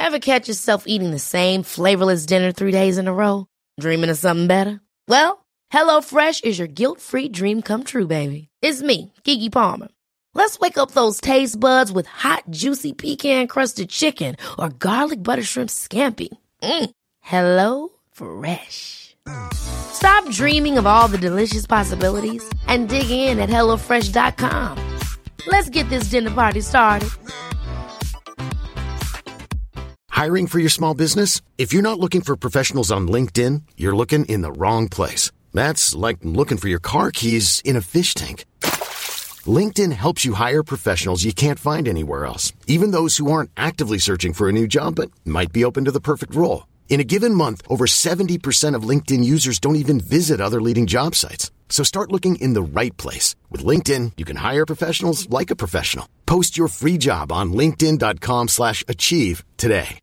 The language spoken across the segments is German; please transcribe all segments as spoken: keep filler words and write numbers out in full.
Ever catch yourself eating the same flavorless dinner three days in a row? Dreaming of something better? Well, HelloFresh is your guilt-free dream come true, baby. It's me, Keke Palmer. Let's wake up those taste buds with hot, juicy pecan-crusted chicken or garlic butter shrimp scampi. Mm. Hello Fresh. Stop dreaming of all the delicious possibilities and dig in at hello fresh dot com. Let's get this dinner party started. Hiring for your small business? If you're not looking for professionals on LinkedIn, you're looking in the wrong place. That's like looking for your car keys in a fish tank. LinkedIn helps you hire professionals you can't find anywhere else, even those who aren't actively searching for a new job but might be open to the perfect role. In a given month, over seventy percent of LinkedIn users don't even visit other leading job sites. So start looking in the right place. With LinkedIn, you can hire professionals like a professional. Post your free job on linkedin dot com slash achieve today.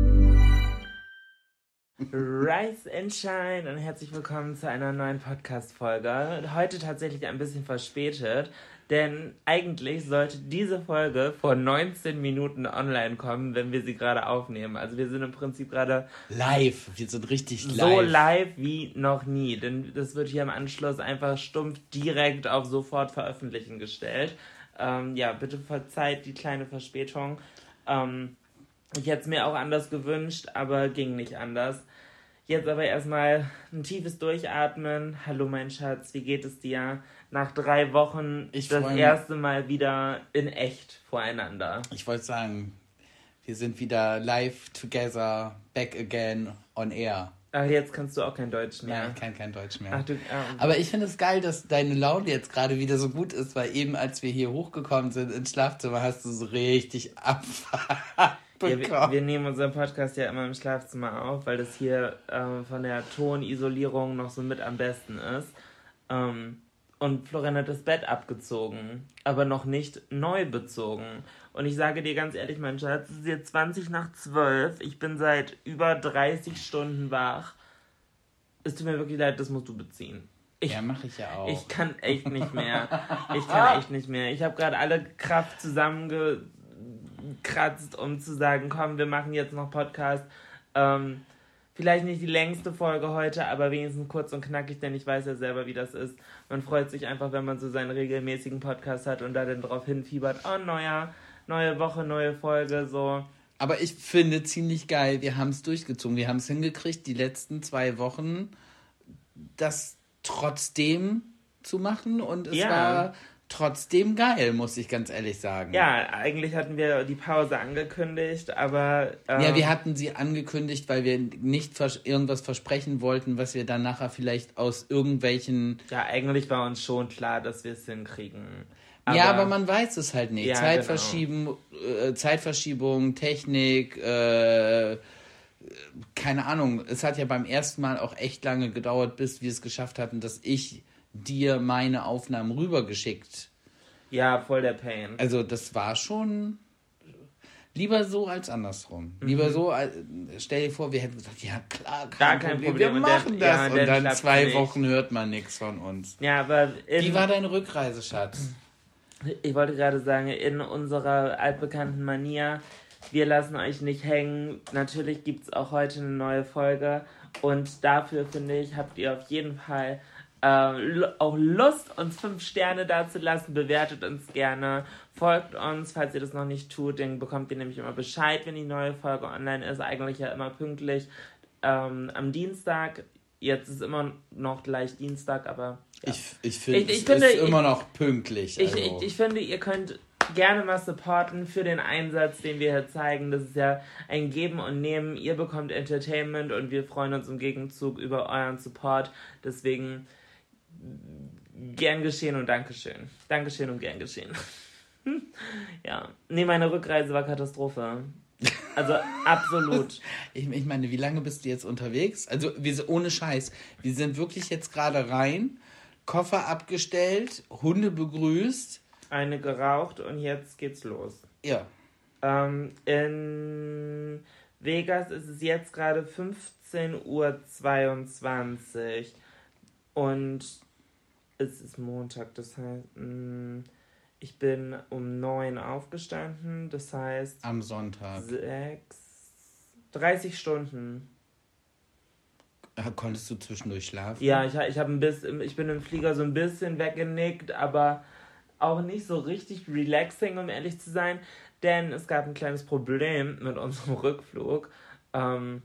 Rise and Shine und herzlich willkommen zu einer neuen Podcast-Folge. Heute tatsächlich ein bisschen verspätet, denn eigentlich sollte diese Folge vor neunzehn Minuten online kommen, wenn wir sie gerade aufnehmen. Also wir sind im Prinzip gerade live, wir sind richtig live. So live wie noch nie, denn das wird hier im Anschluss einfach stumpf direkt auf sofort veröffentlichen gestellt. Ähm, ja, bitte verzeiht die kleine Verspätung. Ähm, ich hätte es mir auch anders gewünscht, aber ging nicht anders. Jetzt aber erstmal ein tiefes Durchatmen. Hallo mein Schatz, wie geht es dir? Nach drei Wochen ich das erste Mal wieder in echt voreinander. Ich wollte sagen, wir sind wieder live together, back again, on air. Ach, jetzt kannst du auch kein Deutsch mehr. Ja, ich kann kein Deutsch mehr. Ach, du, ah, aber ich finde es geil, dass deine Laune jetzt gerade wieder so gut ist, weil eben als wir hier hochgekommen sind ins Schlafzimmer, hast du so richtig Abfahrt. Ja, wir, wir nehmen unseren Podcast ja immer im Schlafzimmer auf, weil das hier ähm, von der Tonisolierung noch so mit am besten ist. Ähm, und Florian hat das Bett abgezogen, aber noch nicht neu bezogen. Und ich sage dir ganz ehrlich, mein Schatz, es ist jetzt zwanzig nach zwölf. Ich bin seit über dreißig Stunden wach. Es tut mir wirklich leid, das musst du beziehen. Ich, ja, mache ich ja auch. Ich kann echt nicht mehr. Ich kann echt nicht mehr. Ich habe gerade alle Kraft zusammenge... kratzt, um zu sagen, komm, wir machen jetzt noch Podcast. Ähm, vielleicht nicht die längste Folge heute, aber wenigstens kurz und knackig, denn ich weiß ja selber, wie das ist. Man freut sich einfach, wenn man so seinen regelmäßigen Podcast hat und da dann drauf hinfiebert, oh, neuer, neue Woche, neue Folge, so. Aber ich finde ziemlich geil, wir haben es durchgezogen, wir haben es hingekriegt, die letzten zwei Wochen das trotzdem zu machen und es ja. war... trotzdem geil, muss ich ganz ehrlich sagen. Ja, eigentlich hatten wir die Pause angekündigt, aber... Ähm, ja, wir hatten sie angekündigt, weil wir nicht vers- irgendwas versprechen wollten, was wir dann nachher vielleicht aus irgendwelchen... Ja, eigentlich war uns schon klar, dass wir es hinkriegen. Aber, ja, aber man weiß es halt nicht. Ja, Zeitverschieben, genau. äh, Zeitverschiebung, Technik, äh, keine Ahnung. Es hat ja beim ersten Mal auch echt lange gedauert, bis wir es geschafft hatten, dass ich... dir meine Aufnahmen rübergeschickt. Ja, voll der Pain. Also das war schon lieber so als andersrum. Mhm. Lieber so, als, stell dir vor, wir hätten gesagt, ja klar, kein, kein Problem, Problem, wir machen der, das. Ja, und dann zwei nicht. Wochen hört man nichts von uns. Ja, aber in, wie war deine Rückreise, Schatz? Ich wollte gerade sagen, in unserer altbekannten Manier, wir lassen euch nicht hängen. Natürlich gibt es auch heute eine neue Folge und dafür, finde ich, habt ihr auf jeden Fall Äh, auch Lust, uns fünf Sterne dazulassen, bewertet uns gerne, folgt uns, falls ihr das noch nicht tut, dann bekommt ihr nämlich immer Bescheid, wenn die neue Folge online ist, eigentlich ja immer pünktlich ähm, am Dienstag, jetzt ist immer noch gleich Dienstag, aber ja. Ich, ich, find, ich, ich es finde, es ist immer ich, noch pünktlich. Ich, also. ich, ich finde, ihr könnt gerne mal supporten für den Einsatz, den wir hier zeigen. Das ist ja ein Geben und Nehmen. Ihr bekommt Entertainment und wir freuen uns im Gegenzug über euren Support. Deswegen gern geschehen und Dankeschön. Dankeschön und gern geschehen. Ja. Nee, meine Rückreise war Katastrophe. Also absolut. ich, ich meine, wie lange bist du jetzt unterwegs? Also wir, ohne Scheiß. Wir sind wirklich jetzt gerade rein, Koffer abgestellt, Hunde begrüßt. Eine geraucht und jetzt geht's los. Ja. Ähm, in Vegas ist es jetzt gerade fünfzehn Uhr zweiundzwanzig und es ist Montag, das heißt, mh, ich bin um neun aufgestanden, das heißt... Am Sonntag. Sechs, dreißig Stunden. Konntest du zwischendurch schlafen? Ja, ich, ich, hab ein bisschen, ich bin im Flieger so ein bisschen weggenickt, aber auch nicht so richtig relaxing, um ehrlich zu sein, denn es gab ein kleines Problem mit unserem Rückflug. Ähm,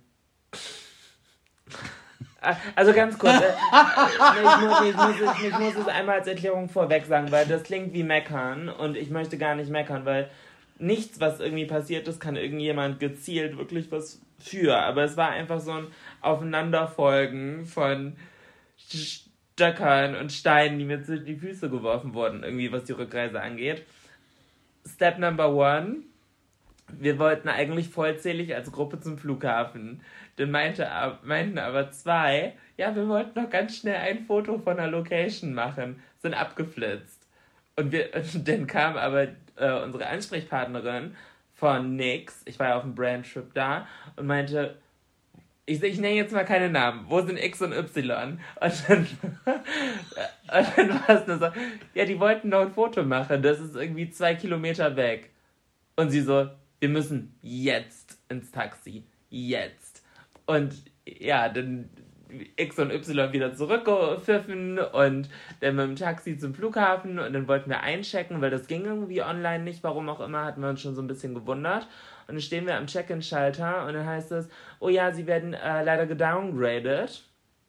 also ganz kurz, äh, ich, muss, ich, muss, ich, ich muss es einmal als Erklärung vorweg sagen, weil das klingt wie meckern und ich möchte gar nicht meckern, weil nichts, was irgendwie passiert ist, kann irgendjemand gezielt wirklich was für, aber es war einfach so ein Aufeinanderfolgen von Stöckern und Steinen, die mir zwischen die Füße geworfen wurden, irgendwie was die Rückreise angeht. Step number one, wir wollten eigentlich vollzählig als Gruppe zum Flughafen. Dann meinte, meinten aber zwei, ja, wir wollten noch ganz schnell ein Foto von der Location machen, sind abgeflitzt. Und, wir, und dann kam aber äh, unsere Ansprechpartnerin von Nix, ich war ja auf dem Brandtrip da, und meinte, ich, ich nenne jetzt mal keine Namen, wo sind X und Y? Und dann, und dann war es nur so, ja, die wollten noch ein Foto machen, das ist irgendwie zwei Kilometer weg. Und sie so, wir müssen jetzt ins Taxi, jetzt. Und ja, dann X und Y wieder zurückgepfiffen und dann mit dem Taxi zum Flughafen und dann wollten wir einchecken, weil das ging irgendwie online nicht, warum auch immer, hatten wir uns schon so ein bisschen gewundert. Und dann stehen wir am Check-in-Schalter und dann heißt es, oh ja, sie werden äh, leider gedowngraded.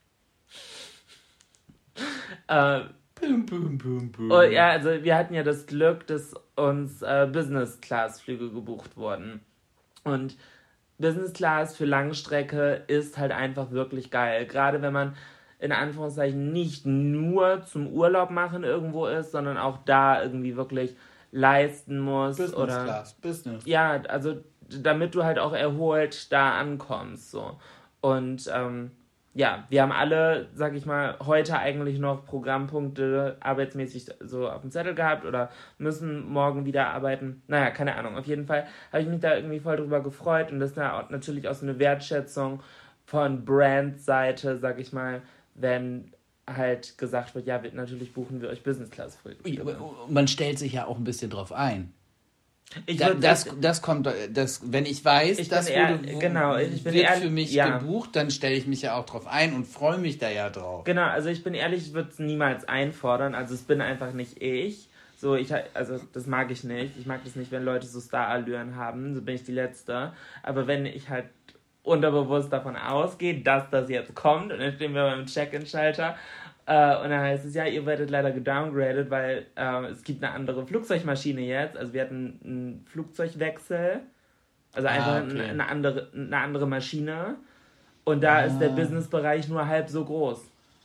äh, Bum, bum, bum, bum. Oh, ja, also wir hatten ja das Glück, dass uns äh, Business-Class-Flüge gebucht wurden. Und Business-Class für Langstrecke ist halt einfach wirklich geil. Gerade wenn man in Anführungszeichen nicht nur zum Urlaub machen irgendwo ist, sondern auch da irgendwie wirklich leisten muss. Business oder Class, Business. Ja, also damit du halt auch erholt da ankommst. So. Und ähm, ja, wir haben alle, sag ich mal, heute eigentlich noch Programmpunkte arbeitsmäßig so auf dem Zettel gehabt oder müssen morgen wieder arbeiten. Naja, keine Ahnung. Auf jeden Fall habe ich mich da irgendwie voll drüber gefreut und das ist natürlich auch so eine Wertschätzung von Brand-Seite, sag ich mal, wenn halt gesagt wird, ja, wir, natürlich buchen wir euch Business-Class-Flüge. Man stellt sich ja auch ein bisschen drauf ein. Ich Da, würd, das, das kommt, das, wenn ich weiß, ich das bin eher, wurde, genau, ich bin wird ehrlich, für mich ja. gebucht, dann stelle ich mich ja auch drauf ein und freue mich da ja drauf. Genau, also ich bin ehrlich, ich würde es niemals einfordern, also es bin einfach nicht ich. So, ich, also das mag ich nicht. Ich mag das nicht, wenn Leute so Star-Allüren haben, so bin ich die Letzte. Aber wenn ich halt unterbewusst davon ausgehe, dass das jetzt kommt und dann stehen wir beim Check-in-Schalter äh, und dann heißt es, ja, ihr werdet leider gedowngraded, weil äh, es gibt eine andere Flugzeugmaschine jetzt. Also wir hatten einen Flugzeugwechsel, also einfach Ah, okay. eine, eine, andere, eine andere Maschine und da Ah. ist der Businessbereich nur halb so groß.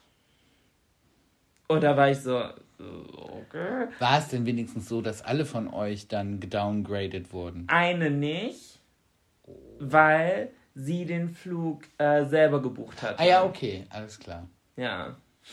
Und da war ich so, okay. War es denn wenigstens so, dass alle von euch dann gedowngradet wurden? Eine nicht, weil sie den Flug äh, selber gebucht hat. Ah ja, okay, alles klar. Ja.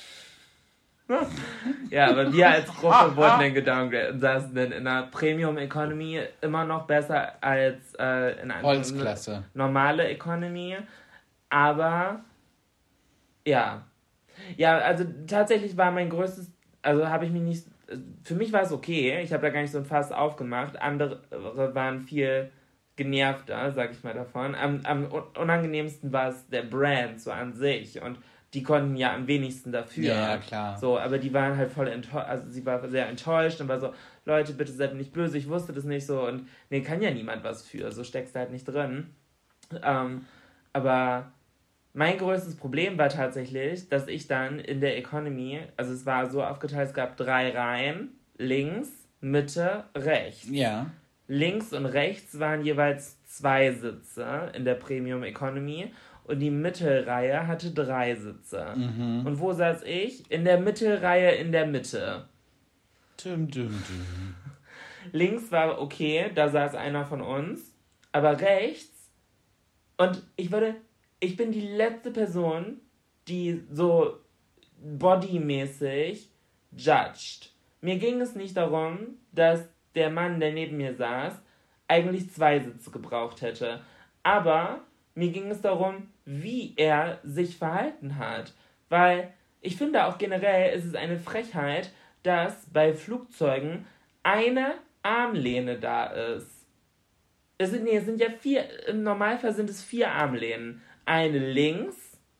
Ja, aber wir als Gruppe wurden dann gedowngradet und saßen dann in einer Premium Economy immer noch besser als äh, in einer Holzklasse. normale Economy. Aber ja. Ja, also tatsächlich war mein größtes, also habe ich mich nicht, für mich war es okay, ich habe da gar nicht so ein Fass aufgemacht, andere waren viel genervter, sag ich mal davon. Am, am unangenehmsten war es der Brand so an sich und die konnten ja am wenigsten dafür. Ja, ja, klar. So, aber die waren halt voll enttäuscht, also sie war sehr enttäuscht und war so, Leute, bitte seid mir nicht böse, ich wusste das nicht so und nee, kann ja niemand was für, so steckst du halt nicht drin. Ähm, aber mein größtes Problem war tatsächlich, dass ich dann in der Economy, also es war so aufgeteilt, es gab drei Reihen, links, Mitte, rechts. Ja. Links und rechts waren jeweils zwei Sitze in der Premium Economy und die Mittelreihe hatte drei Sitze. Mhm. Und wo saß ich? In der Mittelreihe in der Mitte. Dum, dum, dum. Links war okay, da saß einer von uns, aber rechts, und ich würde, ich bin die letzte Person, die so bodymäßig judged. Mir ging es nicht darum, dass der Mann, der neben mir saß, eigentlich zwei Sitze gebraucht hätte. Aber mir ging es darum, wie er sich verhalten hat. Weil ich finde auch generell ist es eine Frechheit, dass bei Flugzeugen eine Armlehne da ist. Es sind, nee, es sind ja vier, im Normalfall sind es vier Armlehnen. Eine links,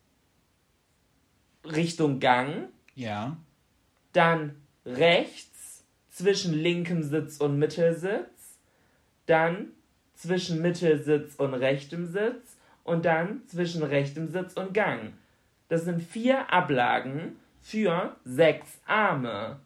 Richtung Gang. Ja. Dann rechts, zwischen linkem Sitz und Mittelsitz. Dann zwischen Mittelsitz und rechtem Sitz. Und dann zwischen rechtem Sitz und Gang. Das sind vier Ablagen für sechs Arme.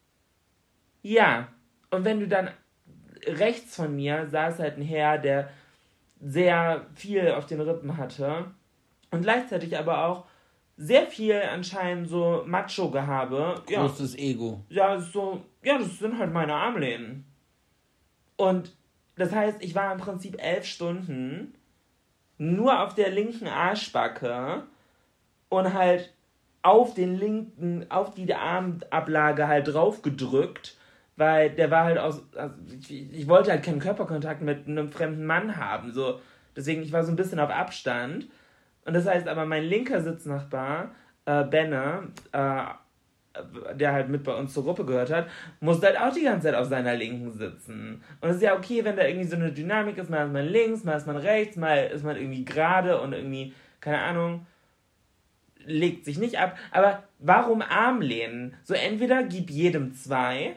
Ja, und wenn du dann rechts von mir saß halt ein Herr, der sehr viel auf den Rippen hatte und gleichzeitig aber auch sehr viel anscheinend so Macho-Gehabe. Großes ja, Ego. Ja, so, ja, das sind halt meine Armlehnen. Und das heißt, ich war im Prinzip elf Stunden nur auf der linken Arschbacke und halt auf den linken, auf die Armablage halt drauf gedrückt, weil der war halt aus, also ich, ich wollte halt keinen Körperkontakt mit einem fremden Mann haben, so, deswegen, ich war so ein bisschen auf Abstand, und das heißt aber, mein linker Sitznachbar, äh, Benne, äh, der halt mit bei uns zur Gruppe gehört hat, musste halt auch die ganze Zeit auf seiner Linken sitzen. Und es ist ja okay, wenn da irgendwie so eine Dynamik ist, mal ist man links, mal ist man rechts, mal ist man irgendwie gerade und irgendwie, keine Ahnung, legt sich nicht ab. Aber warum Armlehnen? So entweder gib jedem zwei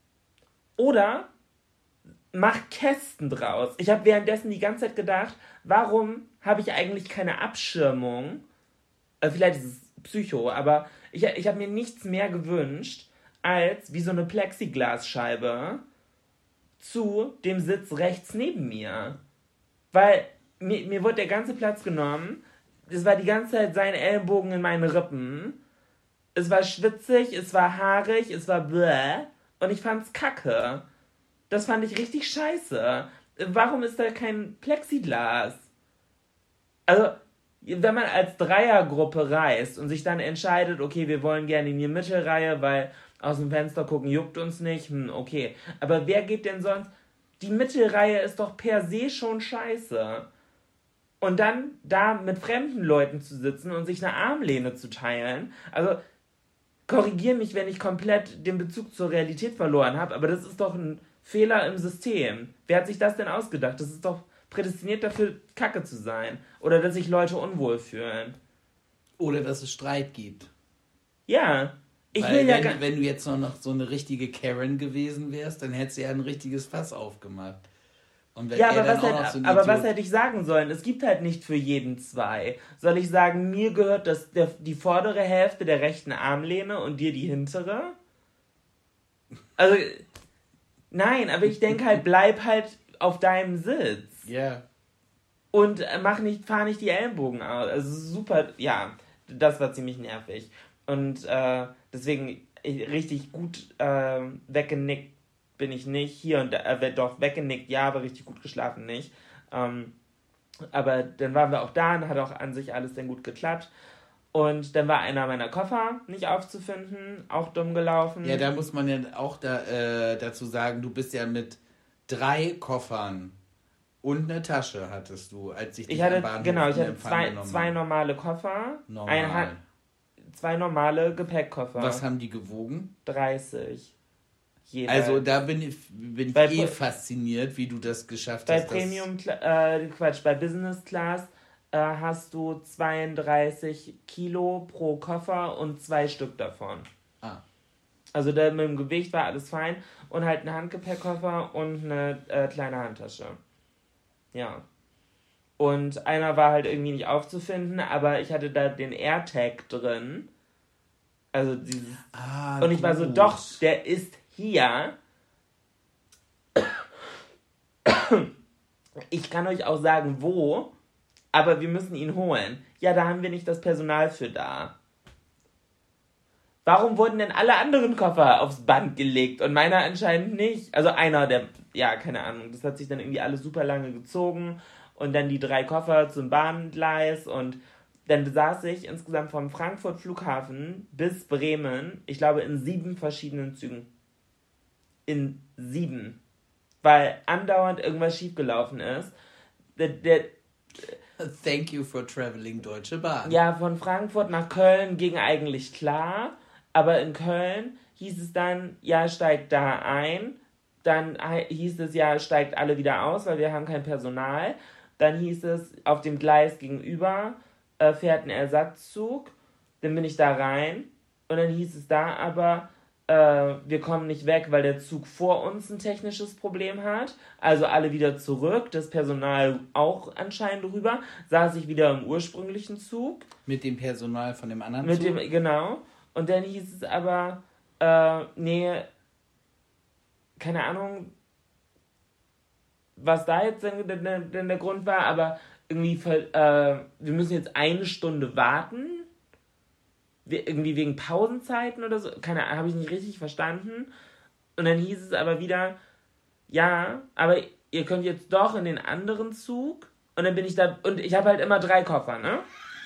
oder mach Kästen draus. Ich habe währenddessen die ganze Zeit gedacht, warum habe ich eigentlich keine Abschirmung? Äh, vielleicht ist es Psycho, aber ich, ich habe mir nichts mehr gewünscht, als wie so eine Plexiglasscheibe zu dem Sitz rechts neben mir. Weil mir, mir wurde der ganze Platz genommen, es war die ganze Zeit sein Ellenbogen in meine Rippen, es war schwitzig, es war haarig, es war bläh und ich fand's kacke. Das fand ich richtig scheiße. Warum ist da kein Plexiglas? Also, wenn man als Dreiergruppe reist und sich dann entscheidet, okay, wir wollen gerne in die Mittelreihe, weil aus dem Fenster gucken juckt uns nicht, hm, okay. Aber wer geht denn sonst? Die Mittelreihe ist doch per se schon scheiße. Und dann da mit fremden Leuten zu sitzen und sich eine Armlehne zu teilen, also korrigier mich, wenn ich komplett den Bezug zur Realität verloren habe, aber das ist doch ein Fehler im System. Wer hat sich das denn ausgedacht? Das ist doch prädestiniert dafür, Kacke zu sein. Oder dass sich Leute unwohl fühlen. Oder dass es Streit gibt. Ja. Ich Weil will ja wenn, gar... wenn du jetzt noch, noch so eine richtige Karen gewesen wärst, dann hättest du ja ein richtiges Fass aufgemacht. Und wenn ja, er aber, dann was, auch hätte, noch so ein aber Idiot... was hätte ich sagen sollen? Es gibt halt nicht für jeden zwei. Soll ich sagen, mir gehört das, der, die vordere Hälfte der rechten Armlehne und dir die hintere? Also, nein, aber ich denke halt, bleib halt auf deinem Sitz. Ja. Yeah. Und mach nicht, fahr nicht die Ellenbogen aus. Also super, ja, das war ziemlich nervig. Und äh, deswegen ich, richtig gut äh, weggenickt bin ich nicht. Hier und da, äh, doch, weggenickt, ja, aber richtig gut geschlafen nicht. Ähm, aber dann waren wir auch da und hat auch an sich alles dann gut geklappt. Und dann war einer meiner Koffer nicht aufzufinden, auch dumm gelaufen. Ja, da muss man ja auch da, äh, dazu sagen, du bist ja mit drei Koffern und eine Tasche hattest du, als ich dich ich hatte, am Bahnhof genau, ich in hatte Empfang zwei, genommen zwei habe. normale Koffer. Normal. Ein, ha- zwei normale Gepäckkoffer. Was haben die gewogen? dreißig. Jeder. Also da bin ich, bin ich Bei eh Pro- fasziniert, wie du das geschafft Bei hast. Premium, äh, Quatsch, bei Business Class äh, hast du zweiunddreißig Kilo pro Koffer und zwei Stück davon. Ah. Also da mit dem Gewicht war alles fein und halt ein Handgepäckkoffer und eine äh, kleine Handtasche. Ja. Und einer war halt irgendwie nicht aufzufinden, aber ich hatte da den AirTag drin. Also dieses... Ah, und ich war so, gut. doch, der ist hier. Ich kann euch auch sagen, wo, aber wir müssen ihn holen. Ja, da haben wir nicht das Personal für da. Warum wurden denn alle anderen Koffer aufs Band gelegt und meiner anscheinend nicht? Also einer der, ja, keine Ahnung, das hat sich dann irgendwie alles super lange gezogen und dann die drei Koffer zum Bahngleis und dann saß ich insgesamt vom Frankfurt Flughafen bis Bremen, ich glaube in sieben verschiedenen Zügen. In sieben. Weil andauernd irgendwas schiefgelaufen ist. Der, der, Thank you for traveling Deutsche Bahn. ja, von Frankfurt nach Köln ging eigentlich klar, aber in Köln hieß es dann, ja, steigt da ein, dann hieß es ja, steigt alle wieder aus, weil wir haben kein Personal. Dann hieß es, auf dem Gleis gegenüber äh, fährt ein Ersatzzug. Dann bin ich da rein und dann hieß es da aber, äh, wir kommen nicht weg, weil der Zug vor uns ein technisches Problem hat. Also alle wieder zurück, das Personal auch anscheinend rüber. Saß ich wieder im ursprünglichen Zug. Mit dem Personal von dem anderen Mit Zug? dem, genau. Und dann hieß es aber, äh, nee, keine Ahnung, was da jetzt denn, denn, denn der Grund war, aber irgendwie, äh, wir müssen jetzt eine Stunde warten. Wir, irgendwie wegen Pausenzeiten oder so. Keine Ahnung, habe ich nicht richtig verstanden. Und dann hieß es aber wieder, ja, aber ihr könnt jetzt doch in den anderen Zug. Und dann bin ich da, und ich habe halt immer drei Koffer, ne?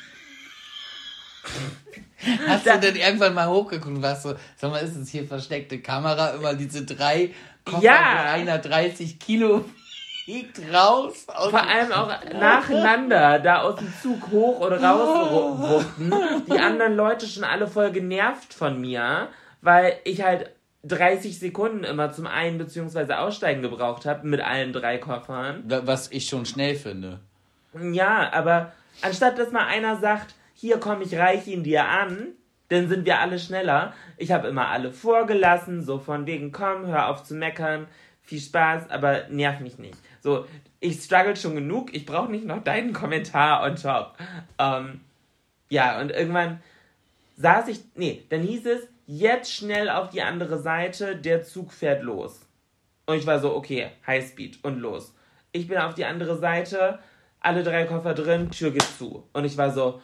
Hast da, du denn irgendwann mal hochgeguckt und warst so, sag mal, ist es hier versteckte Kamera, immer diese drei Koffer, ja. wo einer dreißig Kilo wiegt, raus? Vor allem auch nacheinander da aus dem Zug hoch oder raus wuchten. Die anderen Leute schon alle voll genervt von mir, weil ich halt dreißig Sekunden immer zum Ein- bzw. Aussteigen gebraucht habe mit allen drei Koffern. Was ich schon schnell finde. Ja, aber anstatt dass mal einer sagt, hier komm, ich reiche ihn dir an, dann sind wir alle schneller. Ich habe immer alle vorgelassen, so von wegen, komm, hör auf zu meckern, viel Spaß, aber nerv mich nicht. So, ich struggle schon genug, ich brauche nicht noch deinen Kommentar on top. Ähm, ja, und irgendwann saß ich, nee, dann hieß es, jetzt schnell auf die andere Seite, der Zug fährt los. Und ich war so, okay, Highspeed und los. Ich bin auf die andere Seite, alle drei Koffer drin, Tür geht zu. Und ich war so,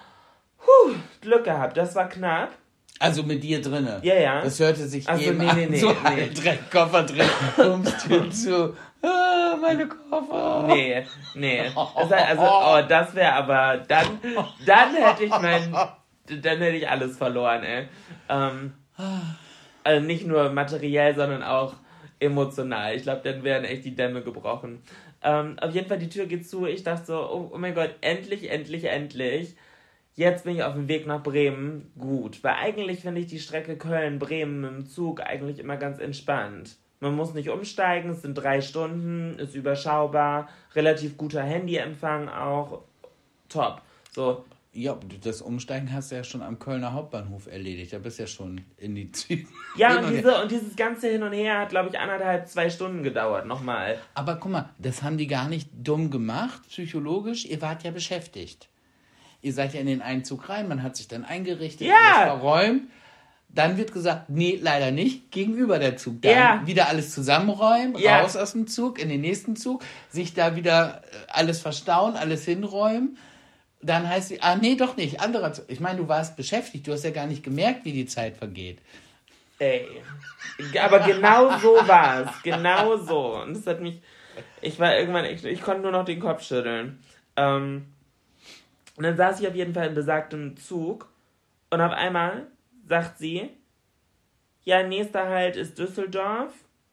Puh, Glück gehabt, das war knapp. Also mit dir drinne? Ja, ja. Das hörte sich also, eben nee, an, nee, nee, so nee. alle drei Koffer drin, kommst Tür zu, ah, meine Koffer. Nee, nee. Das heißt, also, oh, das wäre aber, dann, dann hätte ich mein, dann hätte ich alles verloren, ey. Ähm, also nicht nur materiell, sondern auch emotional. Ich glaube, dann wären echt die Dämme gebrochen. Ähm, auf jeden Fall, die Tür geht zu. Ich dachte so, oh, oh mein Gott, endlich, endlich, endlich. Jetzt bin ich auf dem Weg nach Bremen. Gut, weil eigentlich finde ich die Strecke Köln-Bremen mit dem Zug eigentlich immer ganz entspannt. Man muss nicht umsteigen, es sind drei Stunden, ist überschaubar, relativ guter Handyempfang auch, top. So. Ja, das Umsteigen hast du ja schon am Kölner Hauptbahnhof erledigt, da bist du ja schon in die Züge. Ja, und, diese, und dieses ganze Hin und Her hat, glaube ich, anderthalb, zwei Stunden gedauert, nochmal. Aber guck mal, das haben die gar nicht dumm gemacht, psychologisch, ihr wart ja beschäftigt. Ihr seid ja in den Einzug rein, man hat sich dann eingerichtet, ja. alles verräumt. Dann wird gesagt, nee, leider nicht, gegenüber der Zug. Dann ja. wieder alles zusammenräumen, ja. raus aus dem Zug, in den nächsten Zug, sich da wieder alles verstauen, alles hinräumen. Dann heißt es, ah nee, doch nicht, anderer Zug. Ich meine, du warst beschäftigt, du hast ja gar nicht gemerkt, wie die Zeit vergeht. Ey, aber genau so war es, genau so. Und das hat mich, ich war irgendwann, ich, ich konnte nur noch den Kopf schütteln. Ähm, und dann saß ich auf jeden Fall in besagtem Zug und auf einmal sagt sie, ja, nächster Halt ist Düsseldorf,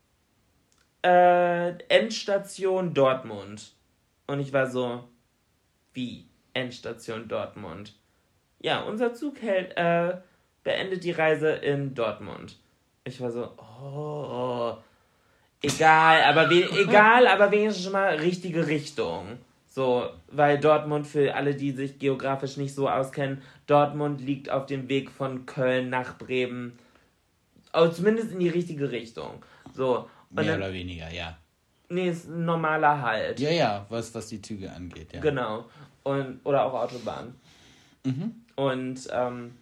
äh, Endstation Dortmund. Und ich war so, wie? Endstation Dortmund. Ja, unser Zug hält, äh, beendet die Reise in Dortmund. Ich war so, oh, egal, aber we- egal, aber wenigstens schon mal richtige Richtung. So, weil Dortmund, für alle, die sich geografisch nicht so auskennen, Dortmund liegt auf dem Weg von Köln nach Bremen. Also zumindest in die richtige Richtung. So. Und Mehr dann, oder weniger, ja. Nee, ist ein normaler Halt. Ja, ja, was, was die Züge angeht, ja. Genau. Und, oder auch Autobahn. Mhm. Und, ähm,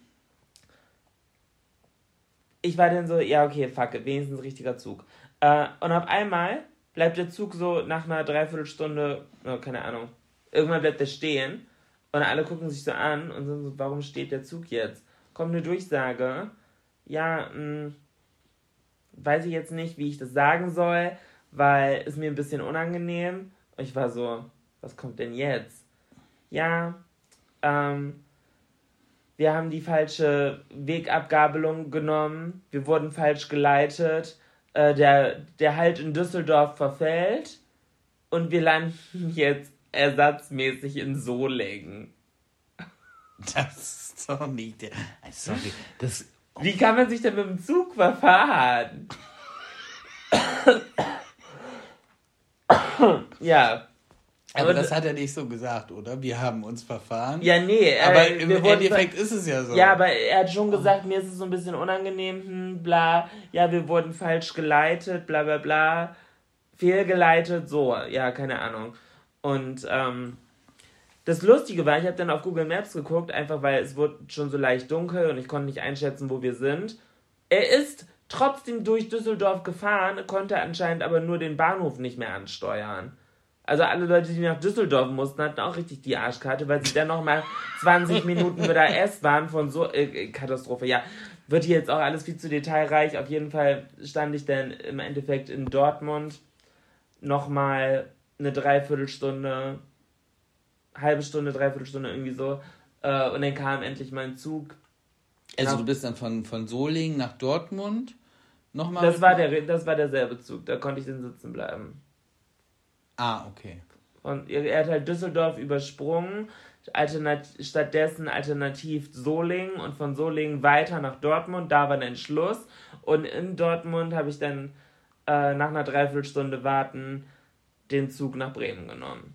ich war dann so, ja, okay, fuck it, wenigstens richtiger Zug. Äh, und auf einmal bleibt der Zug so nach einer Dreiviertelstunde, oh, keine Ahnung, irgendwann bleibt der stehen und alle gucken sich so an und sind so, warum steht der Zug jetzt? Kommt eine Durchsage, ja, mh, weiß ich jetzt nicht, wie ich das sagen soll, weil ist mir ein bisschen unangenehm. Und ich war so, was kommt denn jetzt? Ja, ähm, wir haben die falsche Wegabgabelung genommen, wir wurden falsch geleitet, äh, der, der Halt in Düsseldorf verfällt und wir landen jetzt ersatzmäßig in Solingen. Das ist doch nicht der... Sorry, das... Wie kann man sich denn mit dem Zug verfahren? Ja. Aber Und, das hat er nicht so gesagt, oder? Wir haben uns verfahren. Ja, nee. Aber äh, im wir wurden Endeffekt ver- ist es ja so. Ja, aber er hat schon gesagt, mir ist es so ein bisschen unangenehm, hm, bla. Ja, wir wurden falsch geleitet, bla bla bla. Fehlgeleitet, so. Ja, keine Ahnung. Und ähm, das Lustige war, ich habe dann auf Google Maps geguckt, einfach weil es wurde schon so leicht dunkel und ich konnte nicht einschätzen, wo wir sind. Er ist trotzdem durch Düsseldorf gefahren, konnte anscheinend aber nur den Bahnhof nicht mehr ansteuern. Also alle Leute, die nach Düsseldorf mussten, hatten auch richtig die Arschkarte, weil sie dann nochmal zwanzig Minuten mit der S-Bahn von so... Äh, Katastrophe, ja. Wird hier jetzt auch alles viel zu detailreich. Auf jeden Fall stand ich dann im Endeffekt in Dortmund nochmal eine Dreiviertelstunde, halbe Stunde, Dreiviertelstunde irgendwie so. Äh, und dann kam endlich mein Zug. Also du bist dann von, von Solingen nach Dortmund nochmal... Das war, der, das war derselbe Zug, da konnte ich dann sitzen bleiben. Ah, okay. Und er hat halt Düsseldorf übersprungen, alternat- stattdessen alternativ Solingen und von Solingen weiter nach Dortmund, da war ein Entschluss. Und in Dortmund habe ich dann äh, nach einer Dreiviertelstunde Warten den Zug nach Bremen genommen.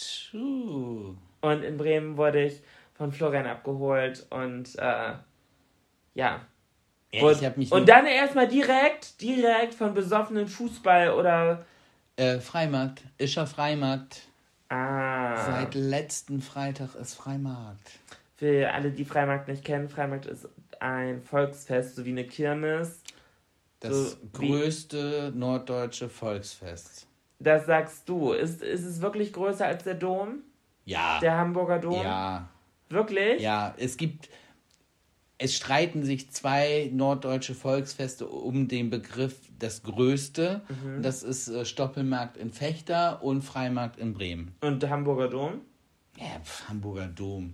Tschuh. Und in Bremen wurde ich von Florian abgeholt und äh, ja. Ja, und, ich hab mich und dann erstmal direkt, direkt von besoffenen Fußball oder... Äh, Freimarkt. Ischer Freimarkt. Ah. Seit letzten Freitag ist Freimarkt. Für alle, die Freimarkt nicht kennen, Freimarkt ist ein Volksfest, so wie eine Kirmes. Das so größte norddeutsche Volksfest. Das sagst du. Ist, ist es wirklich größer als der Dom? Ja. Der Hamburger Dom? Ja. Wirklich? Ja, es gibt... Es streiten sich zwei norddeutsche Volksfeste um den Begriff das Größte. Mhm. Das ist äh, Stoppelmarkt in Vechta und Freimarkt in Bremen. Und der Hamburger Dom? Ja, pf, Hamburger Dom.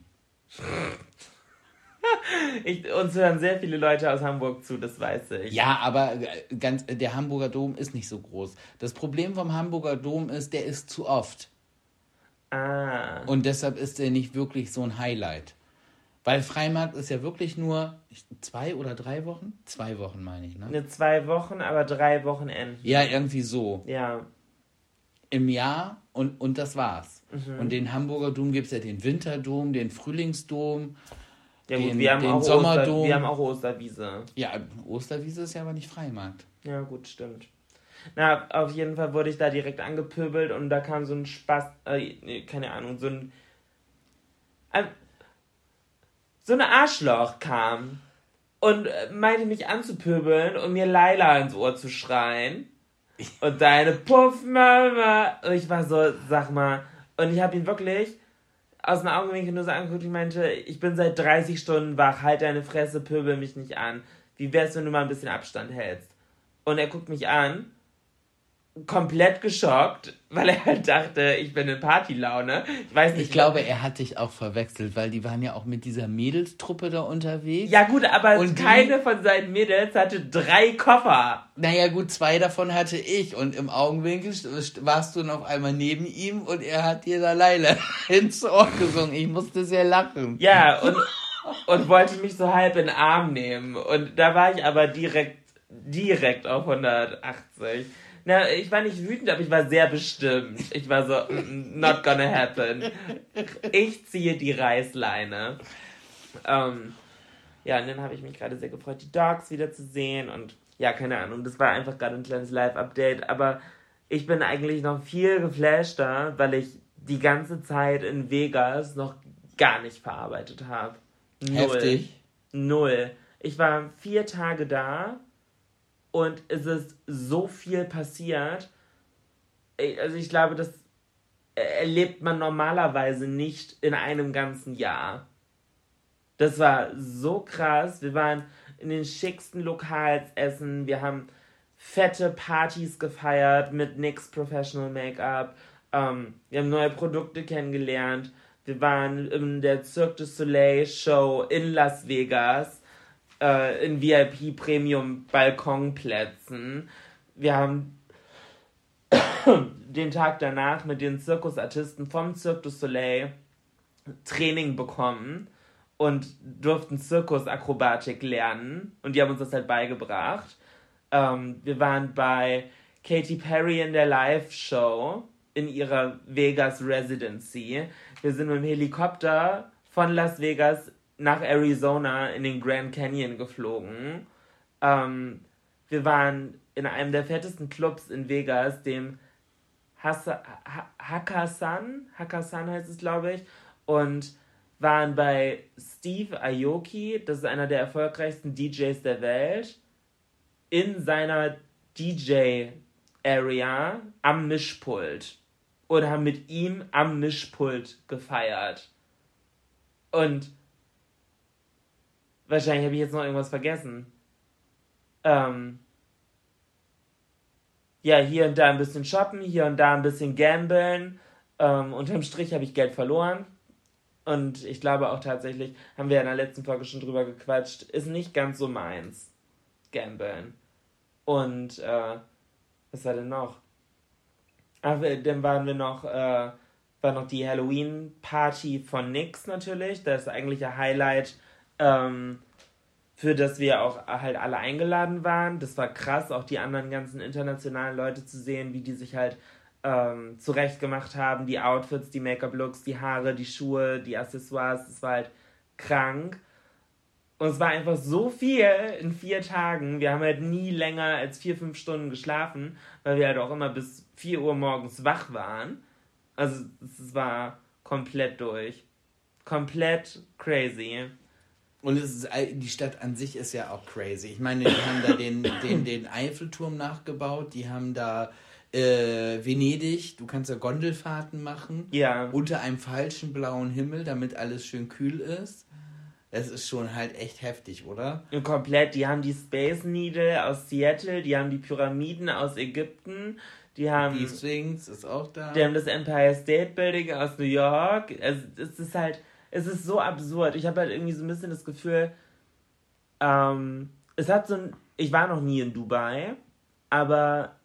Ich, uns hören sehr viele Leute aus Hamburg zu, das weiß ich. Ja, aber äh, ganz, der Hamburger Dom ist nicht so groß. Das Problem vom Hamburger Dom ist, der ist zu oft. Ah. Und deshalb ist der nicht wirklich so ein Highlight. Weil Freimarkt ist ja wirklich nur zwei oder drei Wochen? Zwei Wochen, meine ich, ne? Eine zwei Wochen, aber drei Wochenenden. Ja, irgendwie so. Ja. Im Jahr und, und das war's. Mhm. Und den Hamburger Dom gibt es ja den Winterdom, den Frühlingsdom, Ja den, gut, wir haben, den auch Sommerdom. Oster, wir haben auch Osterwiese. Ja, Osterwiese ist ja aber nicht Freimarkt. Ja gut, stimmt. Na, auf jeden Fall wurde ich da direkt angepöbelt und da kam so ein Spaß, äh, nee, keine Ahnung, so ein, ein so ein Arschloch kam und meinte mich anzupöbeln und mir Laila ins Ohr zu schreien. Und deine Puffmama. Und ich war so, sag mal. Und ich habe ihn wirklich aus dem Augenwinkel nur so angeguckt und ich meinte, ich bin seit dreißig Stunden wach, halt deine Fresse, pöbel mich nicht an. Wie wär's, wenn du mal ein bisschen Abstand hältst? Und er guckt mich an, komplett geschockt, weil er halt dachte, ich bin in Partylaune. Ich weiß nicht. Ich glaube, er hat dich auch verwechselt, weil die waren ja auch mit dieser Mädelstruppe da unterwegs. Ja gut, aber und keine die, von seinen Mädels hatte drei Koffer. Naja gut, zwei davon hatte ich und im Augenwinkel warst du noch einmal neben ihm und er hat dir da Laila ins Ohr gesungen. Ich musste sehr lachen. Ja, und, und wollte mich so halb in den Arm nehmen. Und da war ich aber direkt, direkt auf hundertachtzig. Na, ich war nicht wütend, aber ich war sehr bestimmt. Ich war so, not gonna happen. Ich ziehe die Reißleine. Ähm, ja, und dann habe ich mich gerade sehr gefreut, die Dogs wiederzusehen. Und ja, keine Ahnung, das war einfach gerade ein kleines Live-Update. Aber ich bin eigentlich noch viel geflashter, weil ich die ganze Zeit in Vegas noch gar nicht verarbeitet habe. Null. Heftig. Null. Ich war vier Tage da. Und es ist so viel passiert. Also ich glaube, das erlebt man normalerweise nicht in einem ganzen Jahr. Das war so krass. Wir waren in den schicksten Lokals essen. Wir haben fette Partys gefeiert mit N Y X Professional Make-up. Ähm, wir haben neue Produkte kennengelernt. Wir waren in der Cirque du Soleil Show in Las Vegas. In V I P-Premium-Balkonplätzen. Wir haben den Tag danach mit den Zirkusartisten vom Cirque du Soleil Training bekommen und durften Zirkusakrobatik lernen. Und die haben uns das halt beigebracht. Ähm, wir waren bei Katy Perry in der Live-Show in ihrer Vegas Residency. Wir sind mit dem Helikopter von Las Vegas nach Arizona in den Grand Canyon geflogen. Ähm, wir waren in einem der fettesten Clubs in Vegas, dem Hassa- Ha- Hakkasan, Hakkasan heißt es, glaube ich, und waren bei Steve Aoki, das ist einer der erfolgreichsten D Js der Welt, in seiner D J-Area am Mischpult und haben mit ihm am Mischpult gefeiert. Und wahrscheinlich habe ich jetzt noch irgendwas vergessen. Ähm, ja, hier und da ein bisschen shoppen, hier und da ein bisschen gamblen. Ähm, unterm Strich habe ich Geld verloren. Und ich glaube auch tatsächlich, haben wir in der letzten Folge schon drüber gequatscht, ist nicht ganz so meins. Gamblen. Und, äh, was war denn noch? Ach, dann waren wir noch, äh, war noch die Halloween-Party von Nix natürlich. Das eigentliche Highlight, ähm, für das wir auch halt alle eingeladen waren. Das war krass, auch die anderen ganzen internationalen Leute zu sehen, wie die sich halt ähm, zurechtgemacht haben. Die Outfits, die Make-up-Looks, die Haare, die Schuhe, die Accessoires. Das war halt krank. Und es war einfach so viel in vier Tagen. Wir haben halt nie länger als vier, fünf Stunden geschlafen, weil wir halt auch immer bis vier Uhr morgens wach waren. Also es war komplett durch. Komplett crazy. Und es ist, die Stadt an sich ist ja auch crazy. Ich meine, die haben da den, den, den Eiffelturm nachgebaut, die haben da äh, Venedig, du kannst ja Gondelfahrten machen. Ja. Unter einem falschen blauen Himmel, damit alles schön kühl ist. Das ist schon halt echt heftig, oder? Und komplett, die haben die Space Needle aus Seattle, die haben die Pyramiden aus Ägypten, die haben... Die Sphinx ist auch da. Die haben das Empire State Building aus New York. Also, es ist halt... Es ist so absurd. Ich habe halt irgendwie so ein bisschen das Gefühl, ähm, es hat so ein... Ich war noch nie in Dubai, aber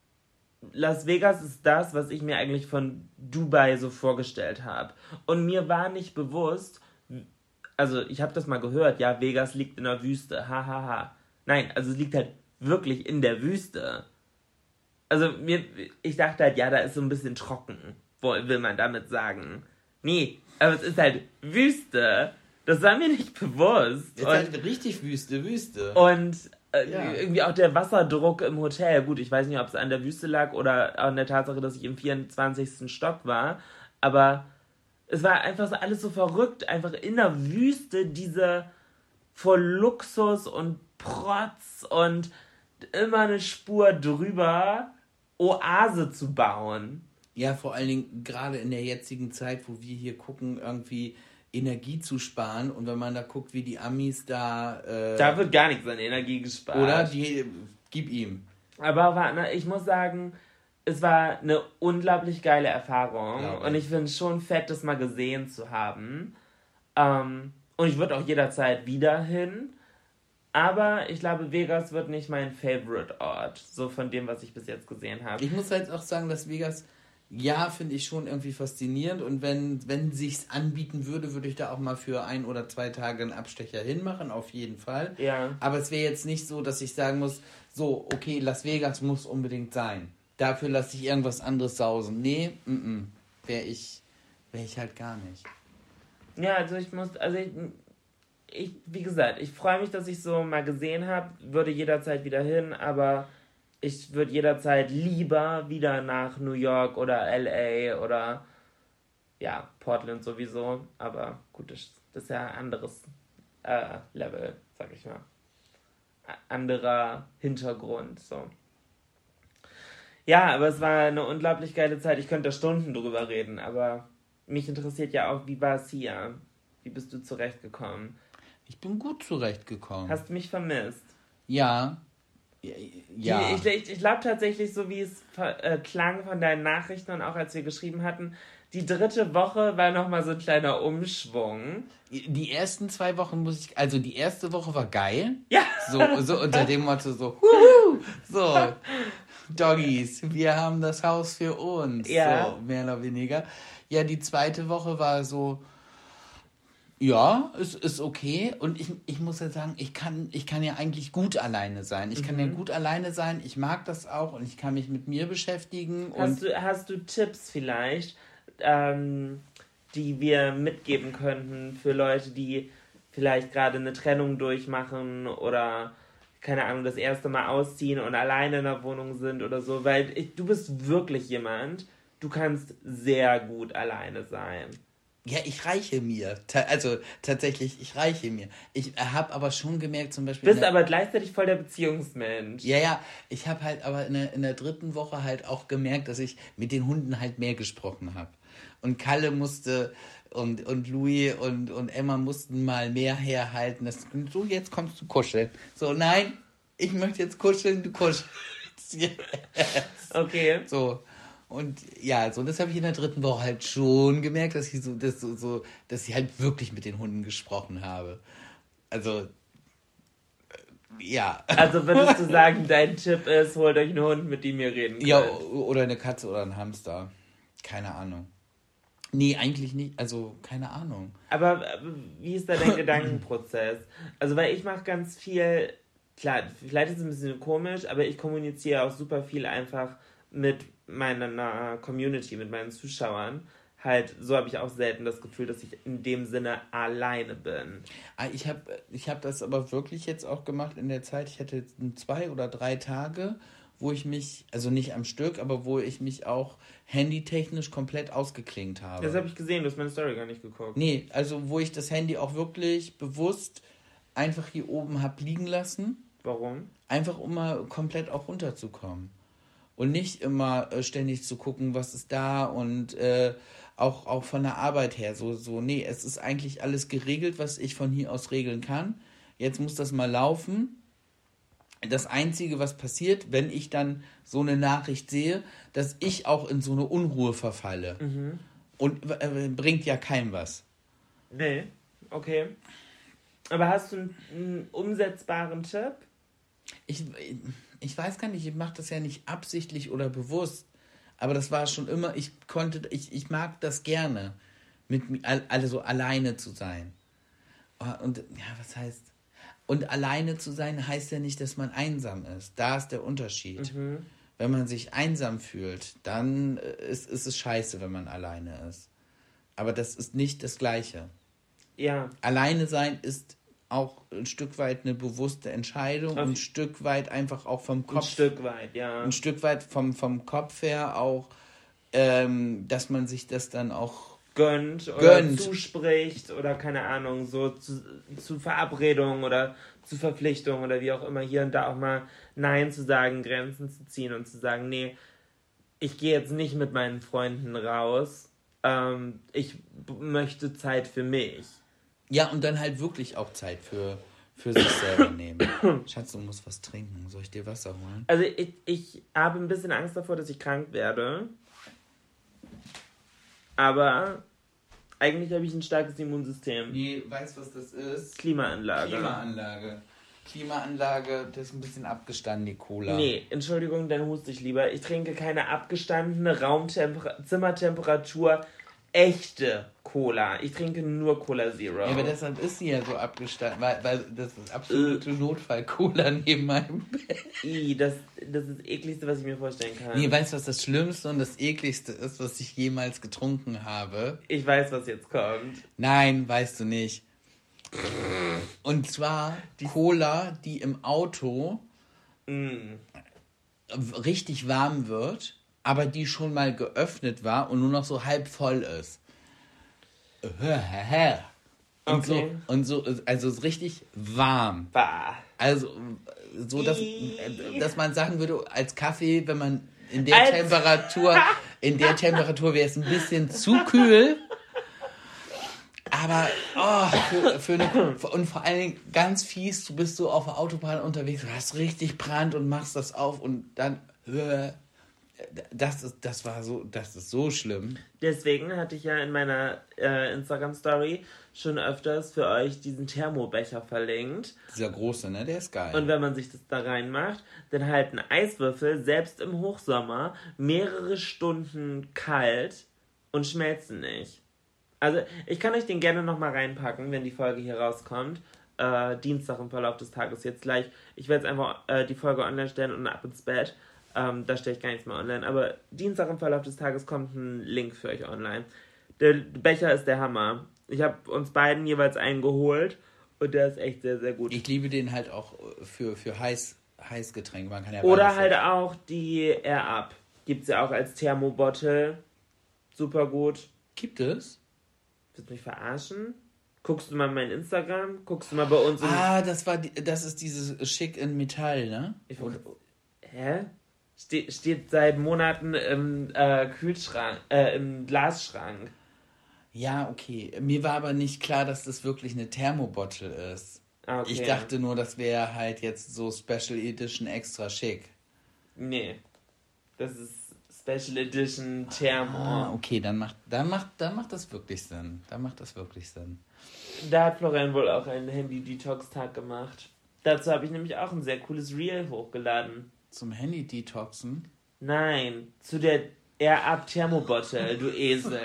Las Vegas ist das, was ich mir eigentlich von Dubai so vorgestellt habe. Und mir war nicht bewusst... Also, ich habe das mal gehört, ja, Vegas liegt in der Wüste, hahaha. Ha, ha. Nein, also es liegt halt wirklich in der Wüste. Also, mir, ich dachte halt, ja, da ist so ein bisschen trocken, will man damit sagen. Nee, aber es ist halt Wüste. Das war mir nicht bewusst. Es ist halt richtig Wüste, Wüste. Und äh, ja. irgendwie auch der Wasserdruck im Hotel. Gut, ich weiß nicht, ob es an der Wüste lag oder an der Tatsache, dass ich im vierundzwanzigsten Stock war, aber... Es war einfach so alles so verrückt, einfach in der Wüste diese vor Luxus und Protz und immer eine Spur drüber Oase zu bauen. Ja, vor allen Dingen gerade in der jetzigen Zeit, wo wir hier gucken, irgendwie Energie zu sparen. Und wenn man da guckt, wie die Amis da... Äh, da wird gar nichts an Energie gespart. Oder? Die, gib ihm. Aber warte, ich muss sagen... Es war eine unglaublich geile Erfahrung. Ja, und ich finde es schon fett, das mal gesehen zu haben. Ähm, und ich würde auch jederzeit wieder hin. Aber ich glaube, Vegas wird nicht mein Favorite-Ort. So von dem, was ich bis jetzt gesehen habe. Ich muss halt auch sagen, dass Vegas, ja, finde ich schon irgendwie faszinierend. Und wenn wenn sich's anbieten würde, würde ich da auch mal für ein oder zwei Tage einen Abstecher hinmachen. Auf jeden Fall. Ja. Aber es wäre jetzt nicht so, dass ich sagen muss, so, okay, Las Vegas muss unbedingt sein. Dafür lasse ich irgendwas anderes sausen. Nee, wäre ich, wär ich halt gar nicht. Ja, also ich muss, also ich, ich wie gesagt, ich freue mich, dass ich so mal gesehen habe, würde jederzeit wieder hin, aber ich würde jederzeit lieber wieder nach New York oder L A oder ja, Portland sowieso, aber gut, das, das ist ja ein anderes äh, Level, sag ich mal. Anderer Hintergrund, so. Ja, aber es war eine unglaublich geile Zeit. Ich könnte da Stunden drüber reden, aber mich interessiert ja auch, wie war es hier? Wie bist du zurechtgekommen? Ich bin gut zurechtgekommen. Hast du mich vermisst? Ja. Ja. Ich, ich, ich glaube tatsächlich, so wie es äh, klang von deinen Nachrichten und auch als wir geschrieben hatten, die dritte Woche war nochmal so ein kleiner Umschwung. Die ersten zwei Wochen muss ich, also die erste Woche war geil. Ja. So, so unter dem Motto so, huhu, so, Doggies, wir haben das Haus für uns. Ja. So, mehr oder weniger. Ja, die zweite Woche war so, Ja, es ist okay. Und ich, ich muss ja sagen, ich kann, ich kann ja eigentlich gut alleine sein. Ich kann mhm. ja gut alleine sein. Ich mag das auch und ich kann mich mit mir beschäftigen. Hast, und du, hast du Tipps vielleicht, ähm, die wir mitgeben könnten für Leute, die vielleicht gerade eine Trennung durchmachen oder, keine Ahnung, das erste Mal ausziehen und alleine in der Wohnung sind oder so? Weil ich, du bist wirklich jemand, du kannst sehr gut alleine sein. Ja, ich reiche mir. Ta- also tatsächlich, ich reiche mir. Ich habe aber schon gemerkt, zum Beispiel... Bist der, aber gleichzeitig voll der Beziehungsmensch. Ja, ja. Ich habe halt aber in der, in der dritten Woche halt auch gemerkt, dass ich mit den Hunden halt mehr gesprochen habe. Und Kalle musste und, und Louis und, und Emma mussten mal mehr herhalten. Das, so, jetzt kommst du kuscheln. So, nein, ich möchte jetzt kuscheln, du kuschelst. Yes. Okay. So. Und ja, so, das habe ich in der dritten Woche halt schon gemerkt, dass ich so, dass so, so, dass ich halt wirklich mit den Hunden gesprochen habe. Also, äh, ja. Also würdest du sagen, dein Tipp ist, holt euch einen Hund, mit dem ihr reden könnt? Ja, oder eine Katze oder ein Hamster. Keine Ahnung. Nee, eigentlich nicht. Also, keine Ahnung. Aber wie ist da dein Gedankenprozess? Also, weil ich mache ganz viel, klar, vielleicht ist es ein bisschen komisch, aber ich kommuniziere auch super viel einfach mit meiner Community, mit meinen Zuschauern. Halt, so habe ich auch selten das Gefühl, dass ich in dem Sinne alleine bin. Ich habe ich hab das aber wirklich jetzt auch gemacht in der Zeit. Ich hatte jetzt zwei oder drei Tage, wo ich mich, also nicht am Stück, aber wo ich mich auch handytechnisch komplett ausgeklingt habe. Das habe ich gesehen, du hast meine Story gar nicht geguckt. Nee, also wo ich das Handy auch wirklich bewusst einfach hier oben habe liegen lassen. Warum? Einfach, um mal komplett auch runterzukommen. Und nicht immer äh, ständig zu gucken, was ist da und äh, auch, auch von der Arbeit her. So, so, nee, es ist eigentlich alles geregelt, was ich von hier aus regeln kann. Jetzt muss das mal laufen. Das Einzige, was passiert, wenn ich dann so eine Nachricht sehe, dass ich auch in so eine Unruhe verfalle. Mhm. Und äh, bringt ja keinem was. Nee, okay. Aber hast du einen, einen umsetzbaren Tipp? Ich, ich weiß gar nicht, ich mache das ja nicht absichtlich oder bewusst. Aber das war schon immer, ich konnte, ich, ich mag das gerne, mit alle so alleine zu sein. Und ja, was heißt... Und alleine zu sein heißt ja nicht, dass man einsam ist. Da ist der Unterschied. Mhm. Wenn man sich einsam fühlt, dann ist, ist es scheiße, wenn man alleine ist. Aber das ist nicht das Gleiche. Ja. Alleine sein ist auch ein Stück weit eine bewusste Entscheidung. Okay. Ein Stück weit einfach auch vom Kopf. Ein Stück weit, ja. Ein Stück weit vom, vom Kopf her auch, ähm, dass man sich das dann auch gönnt oder gönnt. zuspricht oder keine Ahnung, so zu, zu Verabredungen oder zu Verpflichtungen oder wie auch immer, hier und da auch mal Nein zu sagen, Grenzen zu ziehen und zu sagen, nee, ich gehe jetzt nicht mit meinen Freunden raus, ähm, ich b- möchte Zeit für mich. Ja, und dann halt wirklich auch Zeit für, für sich selber nehmen. Schatz, du musst was trinken. Soll ich dir Wasser holen? Also ich, ich habe ein bisschen Angst davor, dass ich krank werde. Aber eigentlich habe ich ein starkes Immunsystem. Nee, weißt du, was das ist? Klimaanlage. Klimaanlage. Klimaanlage, das ist ein bisschen abgestanden, die Cola. Nee, Entschuldigung, dann huste ich lieber. Ich trinke keine abgestandene Raumtemperatur, Zimmertemperatur, echte Cola. Ich trinke nur Cola Zero. Ja, aber deshalb ist sie ja so abgestanden, weil, weil das ist absolute äh. Notfall-Cola neben meinem Bett. I, das, das ist das Ekligste, was ich mir vorstellen kann. Nee, weißt du, was das Schlimmste und das Ekligste ist, was ich jemals getrunken habe? Ich weiß, was jetzt kommt. Nein, weißt du nicht. Und zwar die Cola, die im Auto mm. richtig warm wird, aber die schon mal geöffnet war und nur noch so halb voll ist. Und okay. so, und so, also ist richtig warm. Bah. Also so, dass, dass man sagen würde, als Kaffee, wenn man in der als Temperatur, in der Temperatur wäre es ein bisschen zu kühl. Aber, oh, für, für eine, und vor allen Dingen ganz fies, du bist so auf der Autobahn unterwegs, du hast richtig Brand und machst das auf und dann, das ist, das war so, das ist so schlimm. Deswegen hatte ich ja in meiner äh, Instagram-Story schon öfters für euch diesen Thermobecher verlinkt. Dieser große, ne, der ist geil. Und wenn man sich das da reinmacht, dann halten Eiswürfel, selbst im Hochsommer, mehrere Stunden kalt und schmelzen nicht. Also, ich kann euch den gerne nochmal reinpacken, wenn die Folge hier rauskommt. Äh, Dienstag im Verlauf des Tages jetzt gleich. Ich werde jetzt einfach äh, die Folge online stellen und ab ins Bett. Ähm, da stelle ich gar nichts mehr online. Aber Dienstag im Verlauf des Tages kommt ein Link für euch online. Der Becher ist der Hammer. Ich habe uns beiden jeweils einen geholt und der ist echt sehr, sehr gut. Ich liebe den halt auch für, für heiß, Heißgetränke. Man kann ja Oder halt sein. Auch die Air Up. Gibt es ja auch als Thermobottle. Super gut. Gibt es? Willst du mich verarschen? Guckst du mal mein Instagram? Guckst du mal bei uns? Ah, das war die, das ist dieses Schick in Metall, ne? Ich, hä? Ste- steht seit Monaten im äh, Kühlschrank, äh, im Glasschrank. Ja, okay. Mir war aber nicht klar, dass das wirklich eine Thermobottle ist. Ah, okay. Ich dachte nur, das wäre halt jetzt so Special Edition extra schick. Nee. Das ist Special Edition Thermo. Ah, okay, dann macht, dann, macht, dann macht das wirklich Sinn. Dann macht das wirklich Sinn. Da hat Florian wohl auch einen Handy-Detox-Tag gemacht. Dazu habe ich nämlich auch ein sehr cooles Reel hochgeladen. Zum Handy-Detoxen? Nein, zu der Air Up Thermobottle, du Esel.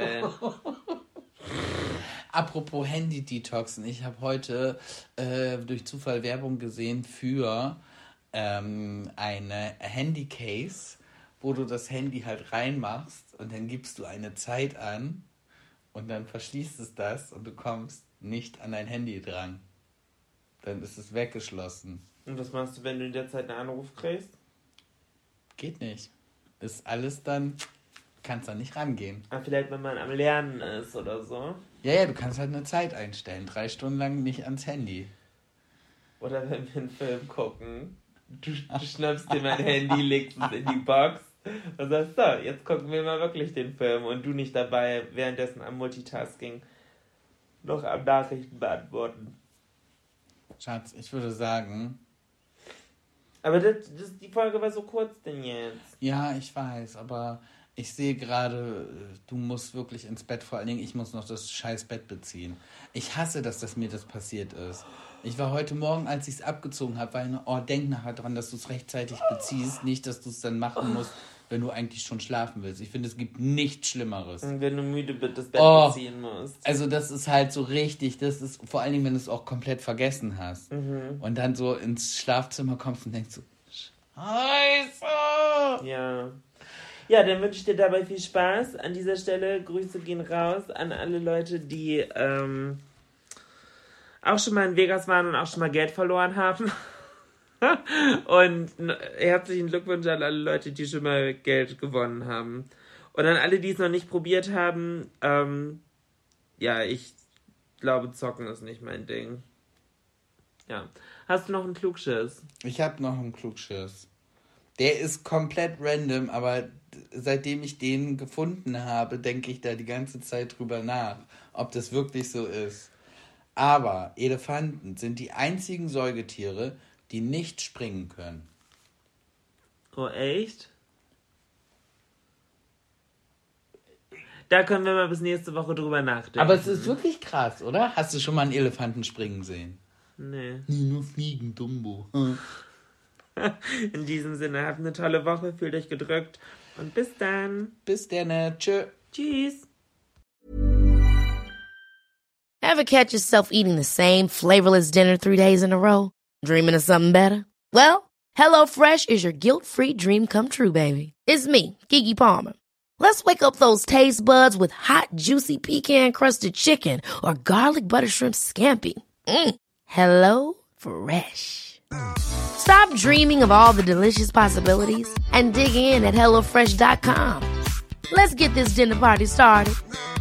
Apropos Handy-Detoxen, ich habe heute äh, durch Zufall Werbung gesehen für ähm, eine Handy-Case, wo du das Handy halt reinmachst und dann gibst du eine Zeit an und dann verschließt es das und du kommst nicht an dein Handy dran. Dann ist es weggeschlossen. Und was machst du, wenn du in der Zeit einen Anruf kriegst? Geht nicht. Ist alles dann, kannst da nicht rangehen. Ah, vielleicht, wenn man am Lernen ist oder so. Ja, ja, du kannst halt eine Zeit einstellen. Drei Stunden lang nicht ans Handy. Oder wenn wir einen Film gucken, du, du schnappst dir mein Handy, legst es in die Box und sagst, so, jetzt gucken wir mal wirklich den Film und du nicht dabei, währenddessen am Multitasking noch am Nachrichten beantworten. Schatz, ich würde sagen... Aber das, das, die Folge war so kurz denn jetzt. Ja, ich weiß, aber ich sehe gerade, du musst wirklich ins Bett, vor allen Dingen, ich muss noch das scheiß Bett beziehen. Ich hasse das, dass mir das passiert ist. Ich war heute Morgen, als ich es abgezogen habe, weil, oh, denk nachher dran, dass du es rechtzeitig beziehst, nicht, dass du es dann machen musst, wenn du eigentlich schon schlafen willst. Ich finde, es gibt nichts Schlimmeres. Und wenn du müde bist, das Bett oh, beziehen musst. Also das ist halt so richtig, das ist vor allen Dingen, wenn du es auch komplett vergessen hast. Mhm. Und dann so ins Schlafzimmer kommst und denkst so, Scheiße! Ja. Ja, dann wünsche ich dir dabei viel Spaß. An dieser Stelle Grüße gehen raus an alle Leute, die ähm, auch schon mal in Vegas waren und auch schon mal Geld verloren haben. Und herzlichen Glückwunsch an alle Leute, die schon mal Geld gewonnen haben. Und an alle, die es noch nicht probiert haben, ähm, ja, ich glaube, zocken ist nicht mein Ding. Ja. Hast du noch einen Klugschiss? Ich habe noch einen Klugschiss. Der ist komplett random, aber seitdem ich den gefunden habe, denke ich da die ganze Zeit drüber nach, ob das wirklich so ist. Aber Elefanten sind die einzigen Säugetiere, die nicht springen können. Oh, echt? Da können wir mal bis nächste Woche drüber nachdenken. Aber es ist wirklich krass, oder? Hast du schon mal einen Elefanten springen sehen? Nee. Nee, nur fliegen, Dumbo. In diesem Sinne, habt eine tolle Woche, fühlt euch gedrückt und bis dann. Bis dann, tschö. Tschüss. Ever catch yourself eating the same flavorless dinner three days in a row? Dreaming of something better? Well, HelloFresh is your guilt-free dream come true, baby. It's me, Keke Palmer. Let's wake up those taste buds with hot, juicy pecan-crusted chicken or garlic butter shrimp scampi. Mm. Hello Fresh. Stop dreaming of all the delicious possibilities and dig in at hello fresh dot com. Let's get this dinner party started.